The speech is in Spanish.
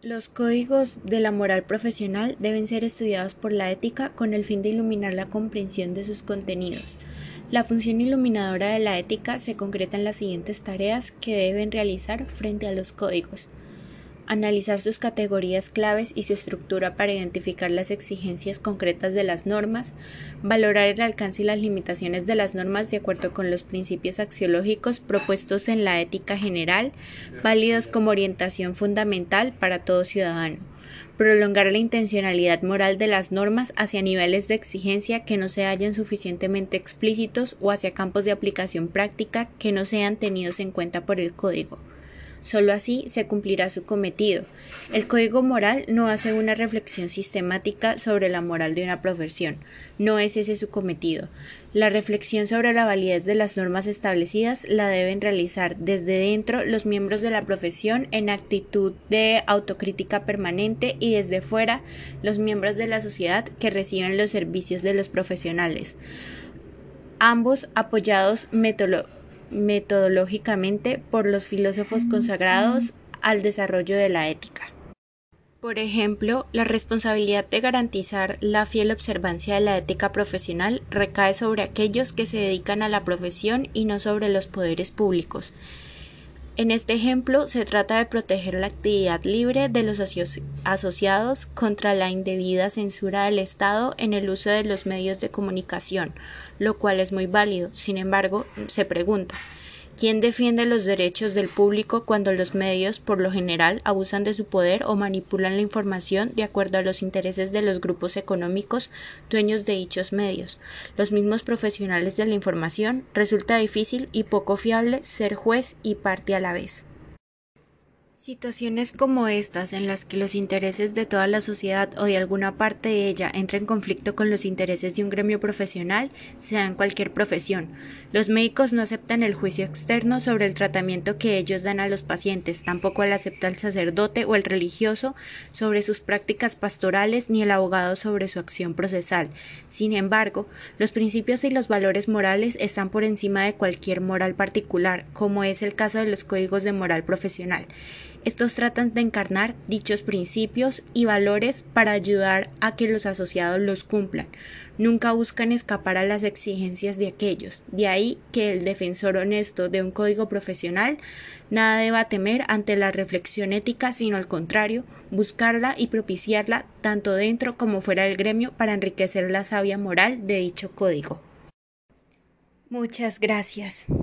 Los códigos de la moral profesional deben ser estudiados por la ética con el fin de iluminar la comprensión de sus contenidos. La función iluminadora de la ética se concreta en las siguientes tareas que deben realizar frente a los códigos. Analizar sus categorías claves y su estructura para identificar las exigencias concretas de las normas, valorar el alcance y las limitaciones de las normas de acuerdo con los principios axiológicos propuestos en la ética general, válidos como orientación fundamental para todo ciudadano, prolongar la intencionalidad moral de las normas hacia niveles de exigencia que no se hallen suficientemente explícitos o hacia campos de aplicación práctica que no sean tenidos en cuenta por el código. Solo así se cumplirá su cometido. El código moral no hace una reflexión sistemática sobre la moral de una profesión. No es ese su cometido. La reflexión sobre la validez de las normas establecidas la deben realizar desde dentro los miembros de la profesión en actitud de autocrítica permanente y desde fuera los miembros de la sociedad que reciben los servicios de los profesionales, ambos apoyados metodológicamente por los filósofos consagrados al desarrollo de la ética. Por ejemplo, la responsabilidad de garantizar la fiel observancia de la ética profesional recae sobre aquellos que se dedican a la profesión y no sobre los poderes públicos. En este ejemplo, se trata de proteger la actividad libre de los asociados contra la indebida censura del Estado en el uso de los medios de comunicación, lo cual es muy válido. Sin embargo, se pregunta, ¿quién defiende los derechos del público cuando los medios, por lo general, abusan de su poder o manipulan la información de acuerdo a los intereses de los grupos económicos dueños de dichos medios? Los mismos profesionales de la información, resulta difícil y poco fiable ser juez y parte a la vez. Situaciones como estas, en las que los intereses de toda la sociedad o de alguna parte de ella entran en conflicto con los intereses de un gremio profesional, se dan en cualquier profesión. Los médicos no aceptan el juicio externo sobre el tratamiento que ellos dan a los pacientes, tampoco lo acepta el sacerdote o el religioso sobre sus prácticas pastorales, ni el abogado sobre su acción procesal. Sin embargo, los principios y los valores morales están por encima de cualquier moral particular, como es el caso de los códigos de moral profesional. Estos tratan de encarnar dichos principios y valores para ayudar a que los asociados los cumplan. Nunca buscan escapar a las exigencias de aquellos. De ahí que el defensor honesto de un código profesional nada deba temer ante la reflexión ética, sino al contrario, buscarla y propiciarla tanto dentro como fuera del gremio para enriquecer la savia moral de dicho código. Muchas gracias.